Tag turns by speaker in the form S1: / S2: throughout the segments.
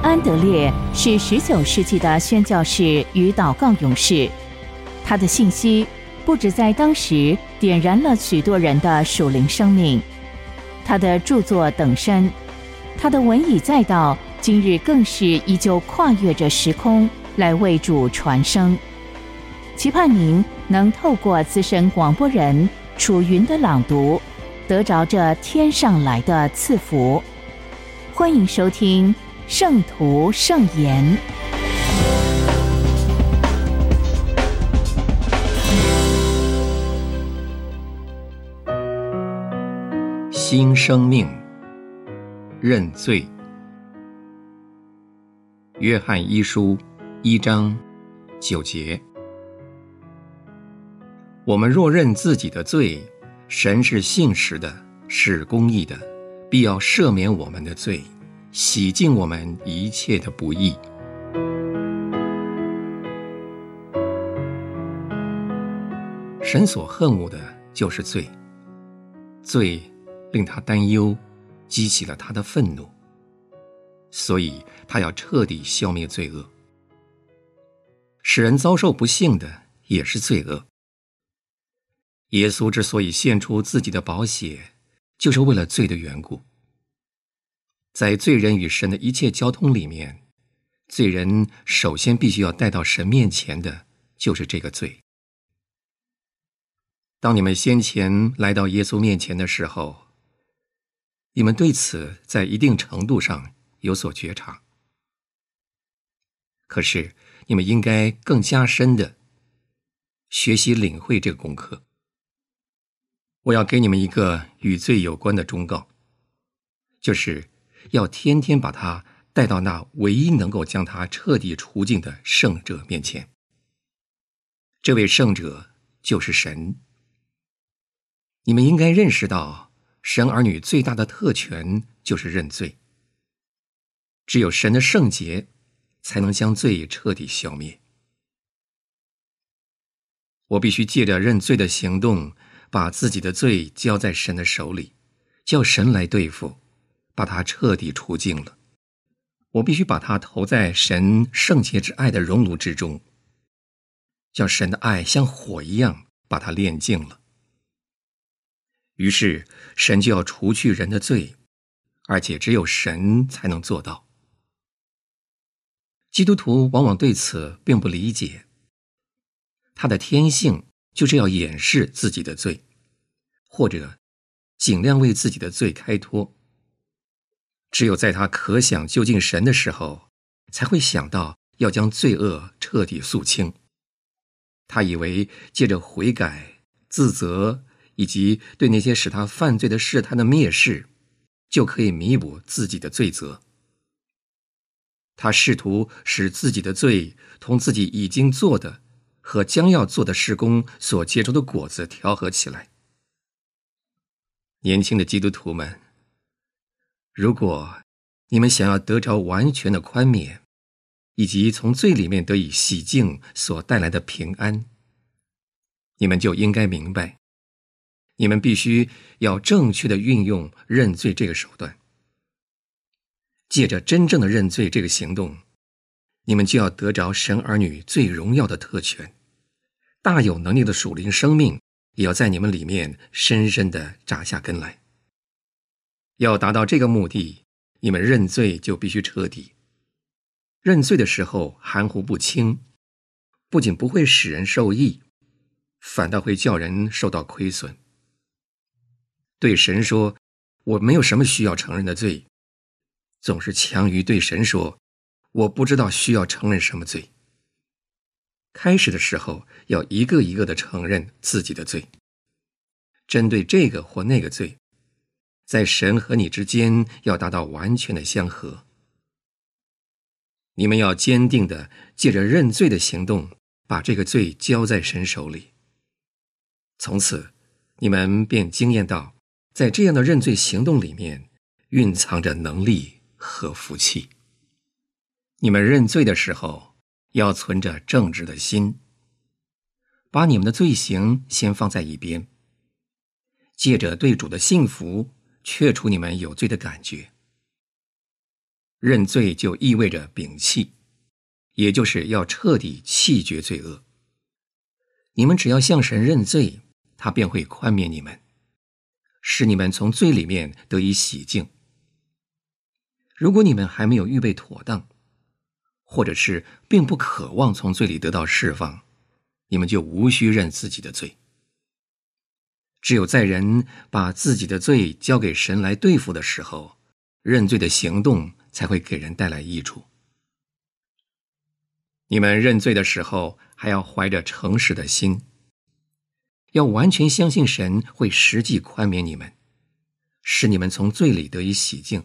S1: 安德烈是19世纪的宣教士与祷告勇士，他的信息不只在当时点燃了许多人的属灵生命，他的著作等身，他的文以载道，今日更是依旧跨越着时空来为主传声。期盼您能透过资深广播人楚云的朗读，得着这天上来的赐福。欢迎收听圣徒圣言。
S2: 新生命，认罪。约翰一书1章9节。我们若认自己的罪，神是信实的，是公义的，必要赦免我们的罪，洗净我们一切的不义。神所恨恶的就是罪，罪令他担忧，激起了他的愤怒，所以他要彻底消灭罪恶。使人遭受不幸的也是罪恶。耶稣之所以献出自己的宝血，就是为了罪的缘故。在罪人与神的一切交通里面，罪人首先必须要带到神面前的就是这个罪。当你们先前来到耶稣面前的时候，你们对此在一定程度上有所觉察。可是你们应该更加深的学习领会这个功课。我要给你们一个与罪有关的忠告，就是要天天把它带到那唯一能够将它彻底除尽的圣者面前。这位圣者就是神。你们应该认识到，神儿女最大的特权就是认罪。只有神的圣洁才能将罪彻底消灭。我必须借着认罪的行动，把自己的罪交在神的手里，叫神来对付，把它彻底除尽了。我必须把它投在神圣洁之爱的熔炉之中，叫神的爱像火一样把它炼净了。于是神就要除去人的罪，而且只有神才能做到。基督徒往往对此并不理解，他的天性就是要掩饰自己的罪，或者尽量为自己的罪开脱。只有在他可想就近神的时候，才会想到要将罪恶彻底肃清。他以为借着悔改、自责以及对那些使他犯罪的试探的蔑视，就可以弥补自己的罪责。他试图使自己的罪同自己已经做的和将要做的事工所结出的果子调和起来。年轻的基督徒们，如果你们想要得着完全的宽免，以及从罪里面得以洗净所带来的平安，你们就应该明白，你们必须要正确的运用认罪这个手段。借着真正的认罪这个行动，你们就要得着神儿女最荣耀的特权，大有能力的属灵生命也要在你们里面深深地扎下根来。要达到这个目的，你们认罪就必须彻底。认罪的时候含糊不清，不仅不会使人受益，反倒会叫人受到亏损。对神说，我没有什么需要承认的罪，总是强于对神说，我不知道需要承认什么罪。开始的时候要一个一个地承认自己的罪，针对这个或那个罪，在神和你之间要达到完全的相合。你们要坚定地借着认罪的行动，把这个罪交在神手里。从此你们便经验到，在这样的认罪行动里面蕴藏着能力和福气。你们认罪的时候要存着正直的心，把你们的罪行先放在一边，借着对主的幸福，却除你们有罪的感觉。 认罪就意味着摒弃，也就是要彻底弃绝罪恶。你们只要向神认罪，他便会宽免你们，使你们从罪里面得以洗净。如果你们还没有预备妥当，或者是并不渴望从罪里得到释放，你们就无需认自己的罪。只有在人把自己的罪交给神来对付的时候，认罪的行动才会给人带来益处。你们认罪的时候，还要怀着诚实的心，要完全相信神会实际宽免你们，使你们从罪里得以洗净。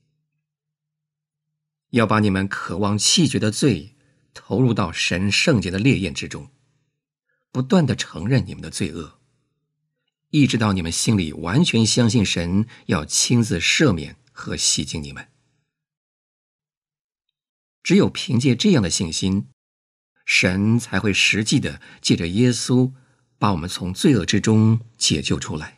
S2: 要把你们渴望弃绝的罪投入到神圣洁的烈焰之中，不断地承认你们的罪恶，一直到你们心里完全相信神要亲自赦免和洗净你们。只有凭借这样的信心，神才会实际地借着耶稣把我们从罪恶之中解救出来。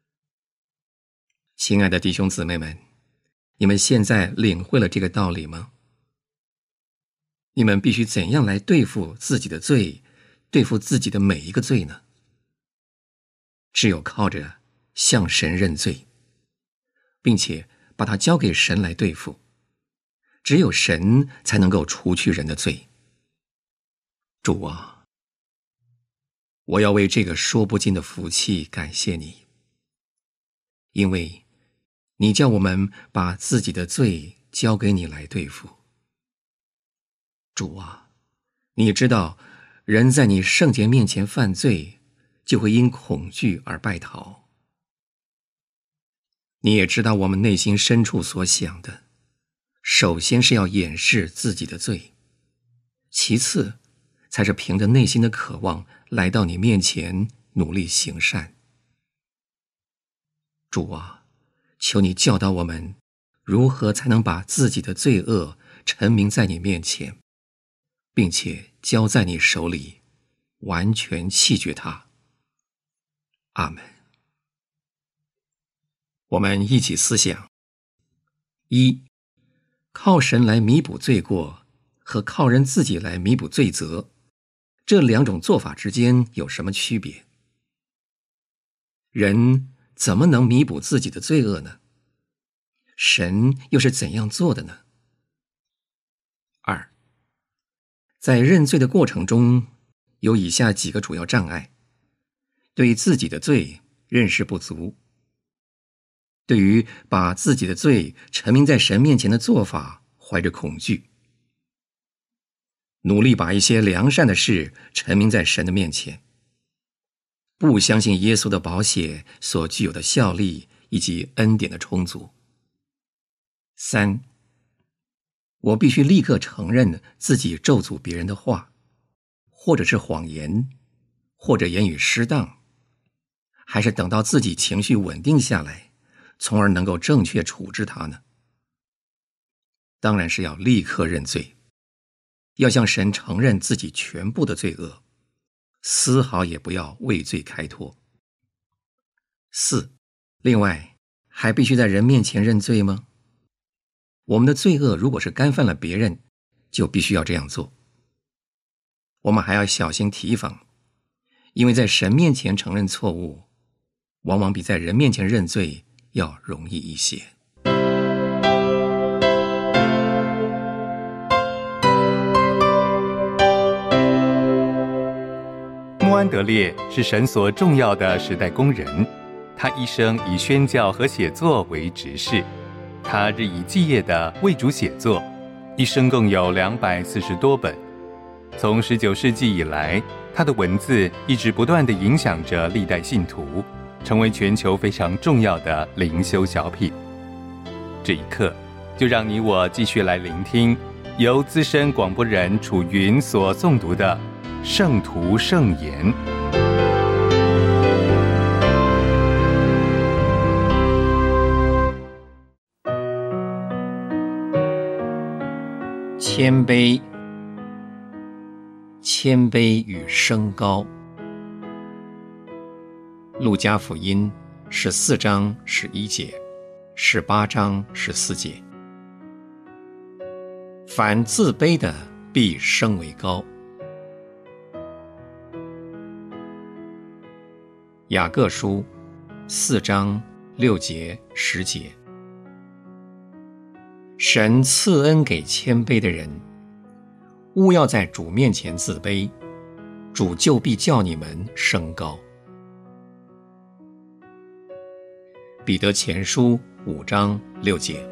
S2: 亲爱的弟兄姊妹们，你们现在领会了这个道理吗？你们必须怎样来对付自己的罪，对付自己的每一个罪呢？只有靠着向神认罪，并且把它交给神来对付。只有神才能够除去人的罪。主啊，我要为这个说不尽的福气感谢你，因为你叫我们把自己的罪交给你来对付。主啊，你知道人在你圣洁面前犯罪，就会因恐惧而败逃。你也知道我们内心深处所想的，首先是要掩饰自己的罪，其次才是凭着内心的渴望来到你面前努力行善。主啊，求你教导我们如何才能把自己的罪恶陈明在你面前，并且交在你手里，完全弃绝它。阿们。我们一起思想：一、靠神来弥补罪过和靠人自己来弥补罪责，这两种做法之间有什么区别？人怎么能弥补自己的罪恶呢？神又是怎样做的呢？二、在认罪的过程中，有以下几个主要障碍：对自己的罪认识不足，对于把自己的罪陈明在神面前的做法怀着恐惧，努力把一些良善的事陈明在神的面前，不相信耶稣的宝血所具有的效力以及恩典的充足。三、我必须立刻承认自己咒诅别人的话，或者是谎言，或者言语失当，还是等到自己情绪稳定下来，从而能够正确处置它呢？当然是要立刻认罪，要向神承认自己全部的罪恶，丝毫也不要畏罪开脱。四、另外还必须在人面前认罪吗？我们的罪恶如果是干犯了别人，就必须要这样做。我们还要小心提防，因为在神面前承认错误，往往比在人面前认罪要容易一些。
S3: 穆安德烈是神所重要的时代工人，他一生以宣教和写作为职事，他日以继夜地为主写作，一生共有240多本。从19世纪以来，他的文字一直不断地影响着历代信徒，成为全球非常重要的灵修小品。这一刻，就让你我继续来聆听由资深广播人楚云所诵读的《圣徒圣言》。
S2: 谦卑，谦卑与升高。路加福音14章11节，18章14节。 凡自卑的必升为高。雅各书4章6节10节，神赐恩给谦卑的人，勿要在主面前自卑，主就必叫你们升高。彼得前书5章6节，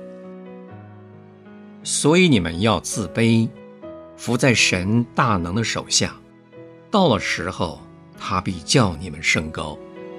S2: 所以你们要自卑，伏在神大能的手下，到了时候，他必叫你们升高。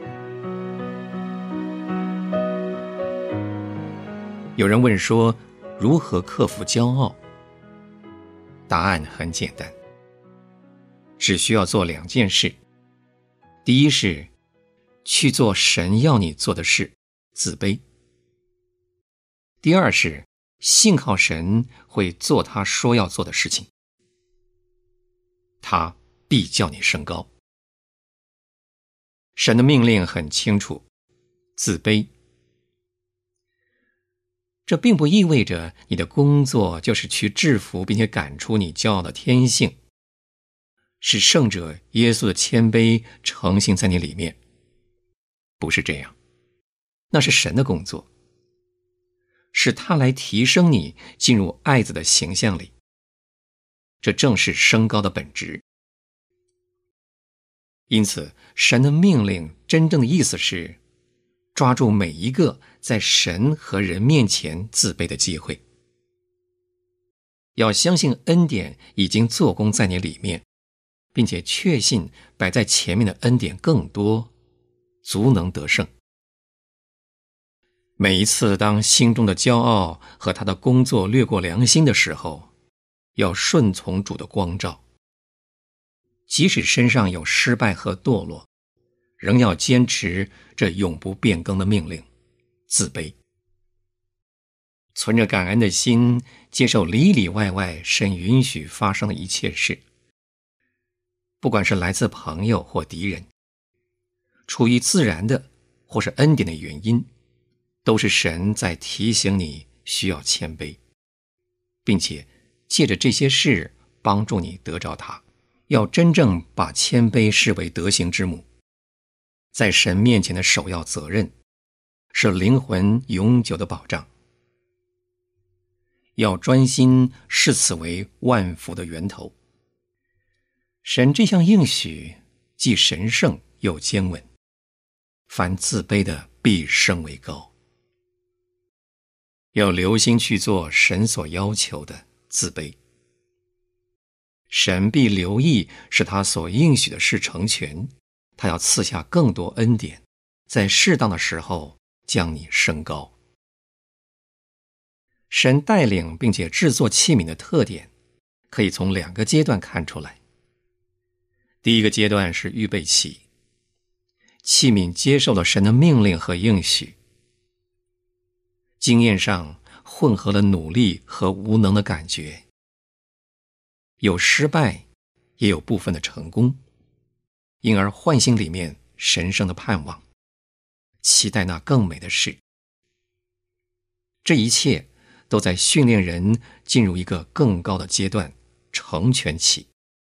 S2: 有人问说，如何克服骄傲？答案很简单，只需要做2件事。第一是去做神要你做的事，自卑。第二是信靠神会做他说要做的事情，他必叫你升高。神的命令很清楚，自卑。这并不意味着你的工作就是去制服并且赶出你骄傲的天性，是圣者耶稣的谦卑成型在你里面。不是这样，那是神的工作，是他来提升你进入爱子的形象里，这正是升高的本质。因此，神的命令真正的意思是抓住每一个在神和人面前自卑的机会，要相信恩典已经做工在你里面，并且确信摆在前面的恩典更多，足能得胜。每一次当心中的骄傲和他的工作掠过良心的时候，要顺从主的光照，即使身上有失败和堕落，仍要坚持这永不变更的命令，自卑。存着感恩的心，接受里里外外神允许发生的一切事，不管是来自朋友或敌人，出于自然的或是恩典的原因，都是神在提醒你需要谦卑，并且借着这些事帮助你得着他。要真正把谦卑视为德行之母，在神面前的首要责任，是灵魂永久的保障。要专心视此为万福的源头。神这项应许既神圣又坚稳，凡自卑的必升为高。要留心去做神所要求的自卑，神必留意使他所应许的事成全，他要赐下更多恩典，在适当的时候将你升高。神带领并且制作器皿的特点，可以从2个阶段看出来。第一个阶段是预备期，器皿接受了神的命令和应许，经验上混合了努力和无能的感觉，有失败，也有部分的成功，因而唤醒里面神圣的盼望，期待那更美的事。这一切都在训练人进入一个更高的阶段，成全期。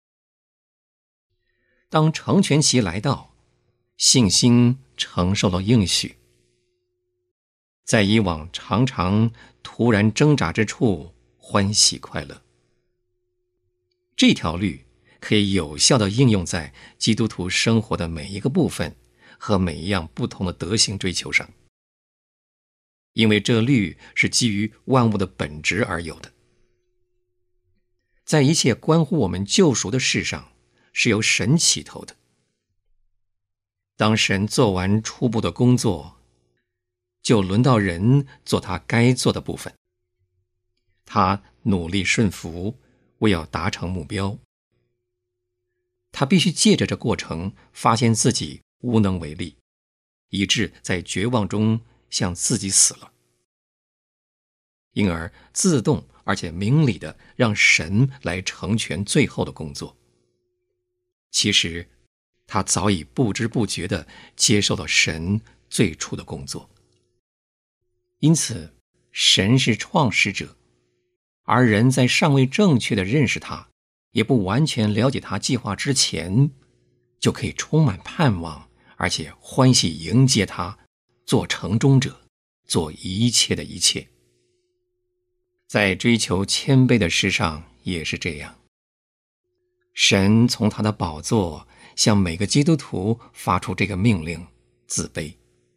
S2: 当成全期来到，信心承受了应许，在以往常常突然挣扎之处欢喜快乐。这条律可以有效地应用在基督徒生活的每一个部分和每一样不同的德行追求上，因为这律是基于万物的本质而有的。在一切关乎我们救赎的事上，是由神起头的。当神做完初步的工作，就轮到人做他该做的部分。他努力顺服，为要达成目标。他必须借着这过程发现自己无能为力，以致在绝望中向自己死了，因而自动而且明理地让神来成全最后的工作。其实他早已不知不觉地接受了神最初的工作。因此神是创始者， 而人在尚未正确的认识他，也不完全了解他计划之前，就可以充满盼望，而且欢喜迎接他，做城中者，做一切的一切。在追求谦卑的事上也是这样。神从他的宝座向每个基督徒发出这个命令：自卑。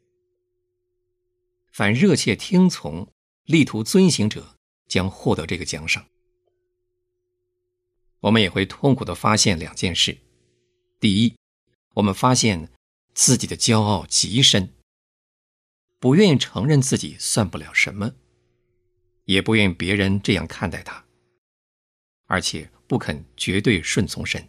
S2: 凡热切听从、力图遵行者，将获得这个奖赏。我们也会痛苦地发现两件事。第一，我们发现自己的骄傲极深，不愿意承认自己算不了什么，也不愿别人这样看待他，而且不肯绝对顺从神。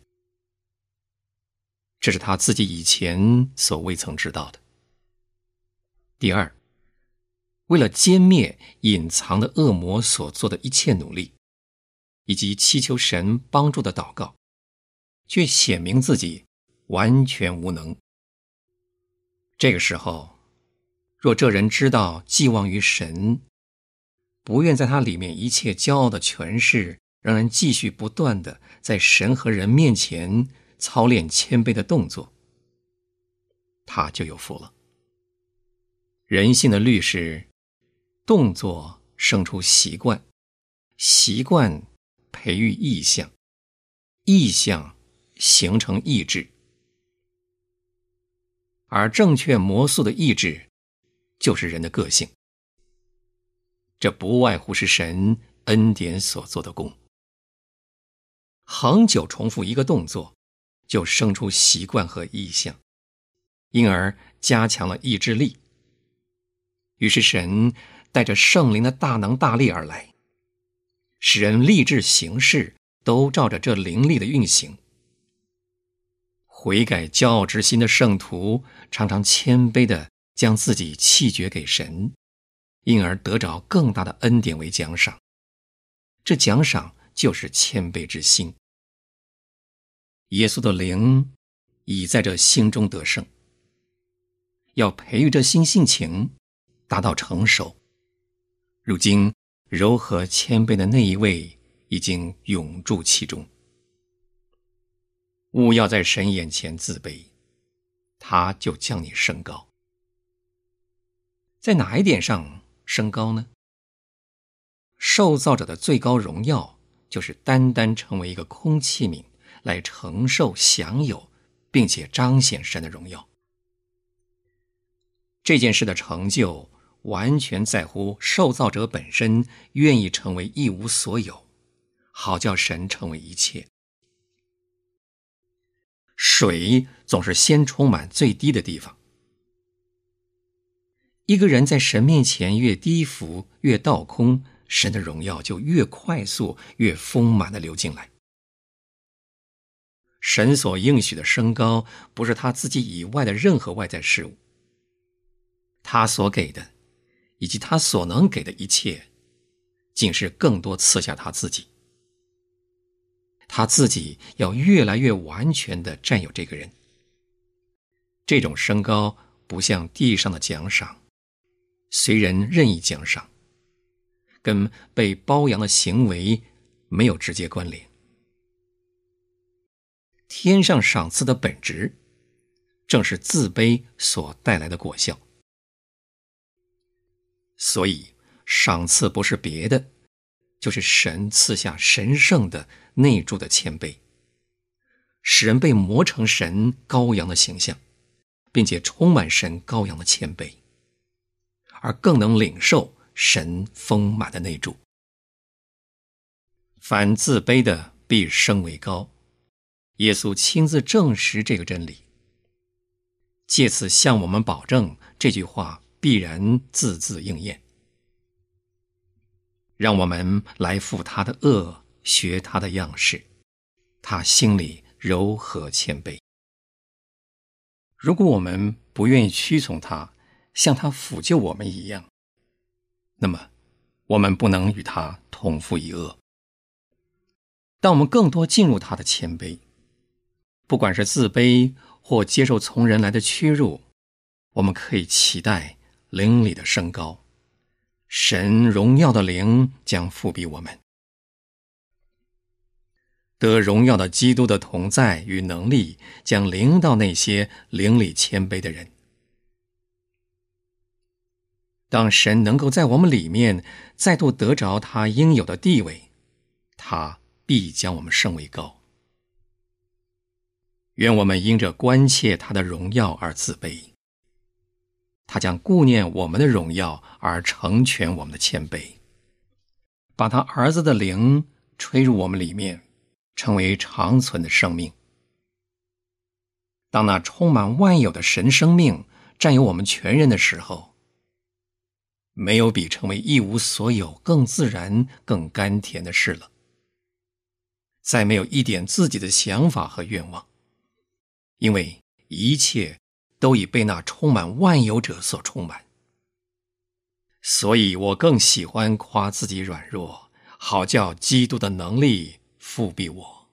S2: 这是他自己以前所未曾知道的。第二，为了歼灭隐藏的恶魔所做的一切努力，以及祈求神帮助的祷告，却显明自己完全无能。这个时候，若这人知道寄望于神，不愿在他里面一切骄傲的权势，让人继续不断地在神和人面前操练谦卑的动作，他就有福了。人性的律是动作生出习惯，习惯培育意向，意向形成意志，而正确魔素的意志就是人的个性。这不外乎是神恩典所做的功。恒久重复一个动作，就生出习惯和意向，因而加强了意志力。于是神带着圣灵的大能大力而来，使人立志行事都照着这灵力的运行。悔改骄傲之心的圣徒常常谦卑地将自己弃绝给神，因而得着更大的恩典为奖赏。这奖赏就是谦卑之心。耶稣的灵已在这心中得胜，要培育这心性情，达到成熟。如今柔和谦卑的那一位已经永驻其中。勿要在神眼前自卑，他就将你升高。在哪一点上升高呢？受造者的最高荣耀就是单单成为一个空器皿，来承受享有并且彰显神的荣耀。这件事的成就完全在乎受造者本身愿意成为一无所有，好叫神成为一切。水总是先充满最低的地方。一个人在神面前越低伏越倒空，神的荣耀就越快速越丰满地流进来。神所应许的升高不是他自己以外的任何外在事物，他所给的以及他所能给的一切，竟是更多赐下他自己。他自己要越来越完全地占有这个人。这种升高不像地上的奖赏，随人任意奖赏，跟被褒扬的行为没有直接关联。天上赏赐的本质，正是自卑所带来的果效。所以赏赐不是别的，就是神赐下神圣的内住的谦卑，使人被磨成神羔羊的形象，并且充满神羔羊的谦卑，而更能领受神丰满的内住。凡自卑的必升为高，耶稣亲自证实这个真理，借此向我们保证这句话必然字字应验。让我们来负他的恶，学他的样式，他心里柔和谦卑。如果我们不愿意屈从他，像他抚救我们一样，那么我们不能与他同负一恶。当我们更多进入他的谦卑，不管是自卑或接受从人来的屈辱，我们可以期待灵里的升高，神荣耀的灵将复庇我们， 得荣耀的基督的同在与能力将临到那些灵里谦卑的人。当神能够在我们里面再度得着他应有的地位，他必将我们升为高。愿我们因着关切他的荣耀而自卑，他将顾念我们的荣耀而成全我们的谦卑，把他儿子的灵吹入我们里面，成为长存的生命。当那充满万有的神生命占有我们全人的时候，没有比成为一无所有更自然更甘甜的事了。再没有一点自己的想法和愿望，因为一切都已被那充满万有者所充满。所以我更喜欢夸自己软弱，好叫基督的能力复庇我。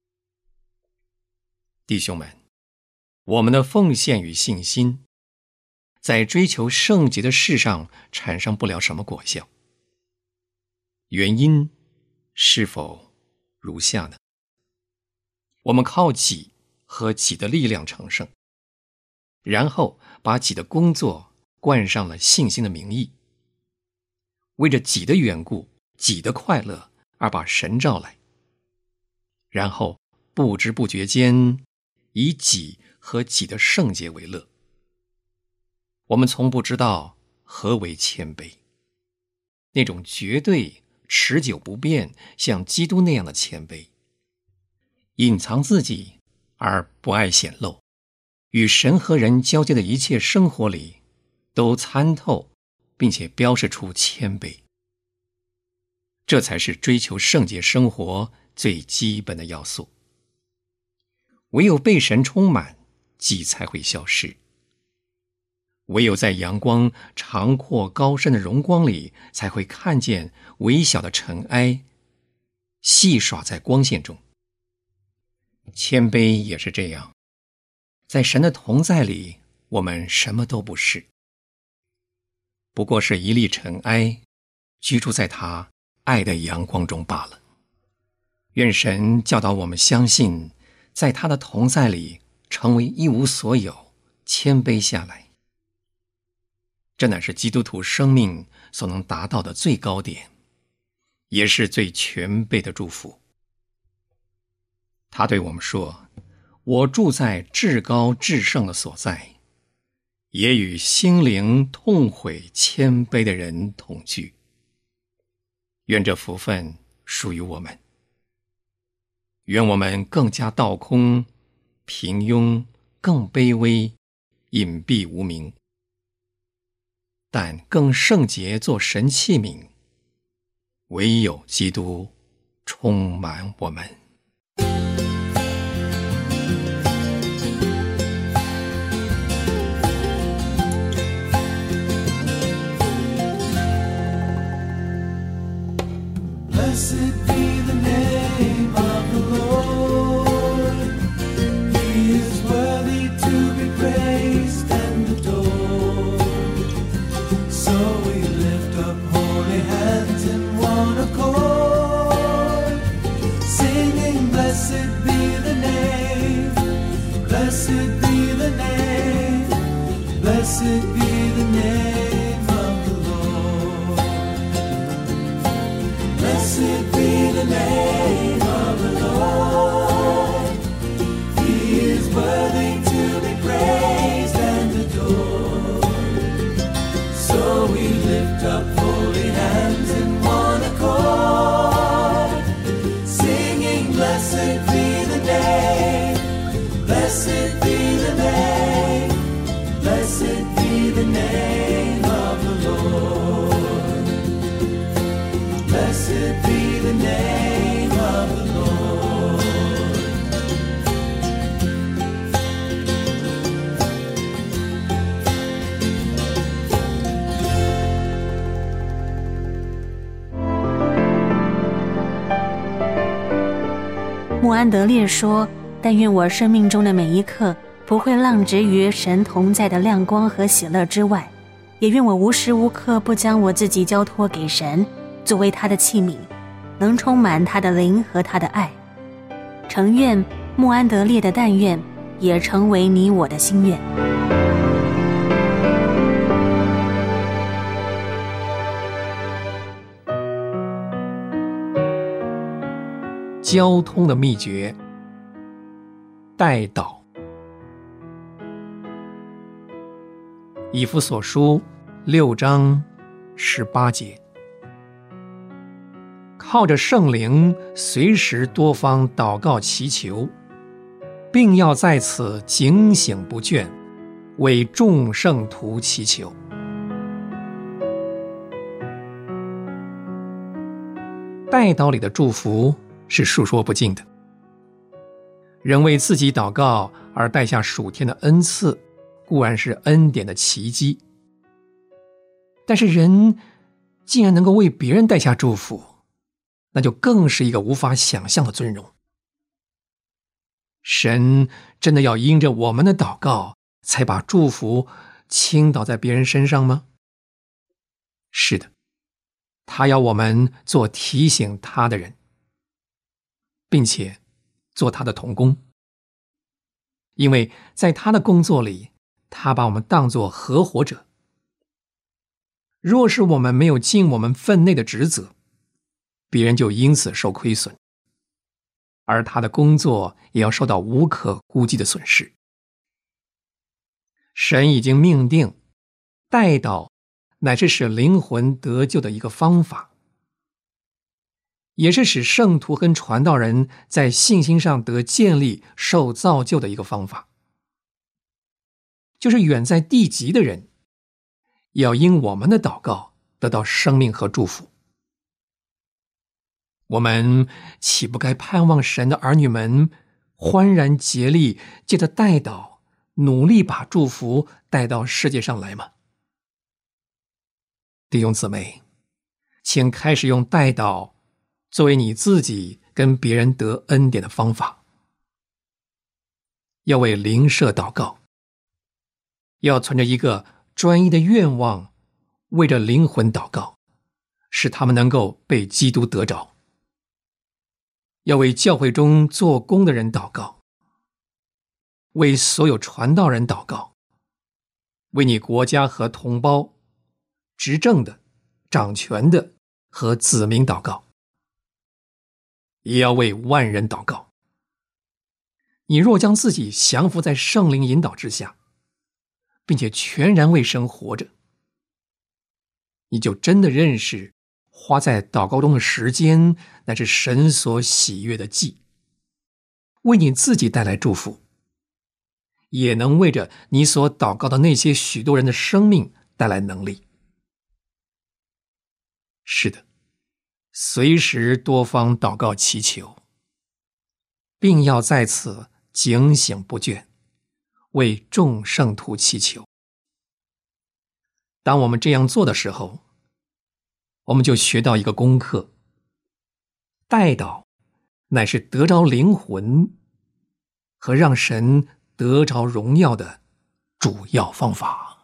S2: 弟兄们，我们的奉献与信心在追求圣洁的事上产生不了什么果效。原因是否如下呢？我们靠己和己的力量成圣，然后把己的工作冠上了信心的名义，为着己的缘故，己的快乐而把神召来，然后不知不觉间以己和己的圣洁为乐。我们从不知道何为谦卑，那种绝对持久不变像基督那样的谦卑，隐藏自己而不爱显露，与神和人交接的一切生活里都参透并且标示出谦卑。这才是追求圣洁生活最基本的要素。唯有被神充满，己才会消失。唯有在阳光长阔高深的荣光里，才会看见微小的尘埃戏耍在光线中。谦卑也是这样，在神的同在里，我们什么都不是，不过是一粒尘埃，居住在他爱的阳光中罢了。愿神教导我们相信，在他的同在里成为一无所有，谦卑下来。这乃是基督徒生命所能达到的最高点，也是最全备的祝福。他对我们说，我住在至高至圣的所在，也与心灵痛悔谦卑的人同居。愿这福分属于我们，愿我们更加倒空、平庸、更卑微、隐蔽无名，但更圣洁做神器皿，唯有基督充满我们。
S4: Blessed be the name of the Lord. He is worthy to be praised and adored. So we lift up holy hands in one accord, singing, blessed be the name, blessed be the name, blessed be the name of the Lord. Blessed be the name of the Lord. He is worthy to be praised and adored. So we lift up holy hands in one accord, singing, blessed be the name, blessed be the name, blessed be the name of the Lord. Blessed be the name of the Lord.
S5: 穆安德烈说，但愿我生命中的每一刻不会浪掷于神同在的亮光和喜乐之外，也愿我无时无刻不将我自己交托给神，作为他的器皿，能充满他的灵和他的爱。 诚愿穆安德烈的但愿也成为你我的心愿。
S2: 交通的秘诀，代祷。以弗所书6章18节，靠着圣灵随时多方祷告祈求，并要在此警醒不倦，为众圣徒祈求。代祷里的祝福是述说不尽的。人为自己祷告而带下属天的恩赐，固然是恩典的奇迹，但是人竟然能够为别人带下祝福，那就更是一个无法想象的尊荣。神真的要因着我们的祷告才把祝福倾倒在别人身上吗？是的，他要我们做提醒他的人，并且做他的同工，因为在他的工作里，他把我们当作合伙者。若是我们没有尽我们分内的职责，别人就因此受亏损，而他的工作也要受到无可估计的损失。神已经命定，代祷乃是使灵魂得救的一个方法，也是使圣徒跟传道人在信心上得建立、受造就的一个方法。就是远在地极的人，也要因我们的祷告得到生命和祝福。我们岂不该盼望神的儿女们欢然竭力，借着代祷，努力把祝福带到世界上来吗？弟兄姊妹，请开始用代祷作为你自己跟别人得恩典的方法。要为邻舍祷告，要存着一个专一的愿望，为着灵魂祷告，使他们能够被基督得着。要为教会中做工的人祷告，为所有传道人祷告，为你国家和同胞、执政的、掌权的和子民祷告，也要为万人祷告。你若将自己降服在圣灵引导之下，并且全然为神活着，你就真的认识花在祷告中的时间乃是神所喜悦的祭，为你自己带来祝福，也能为着你所祷告的那些许多人的生命带来能力。是的，随时多方祷告祈求，并要在此警醒不倦，为众圣徒祈求。当我们这样做的时候，我们就学到一个功课，代祷乃是得着灵魂和让神得着荣耀的主要方法。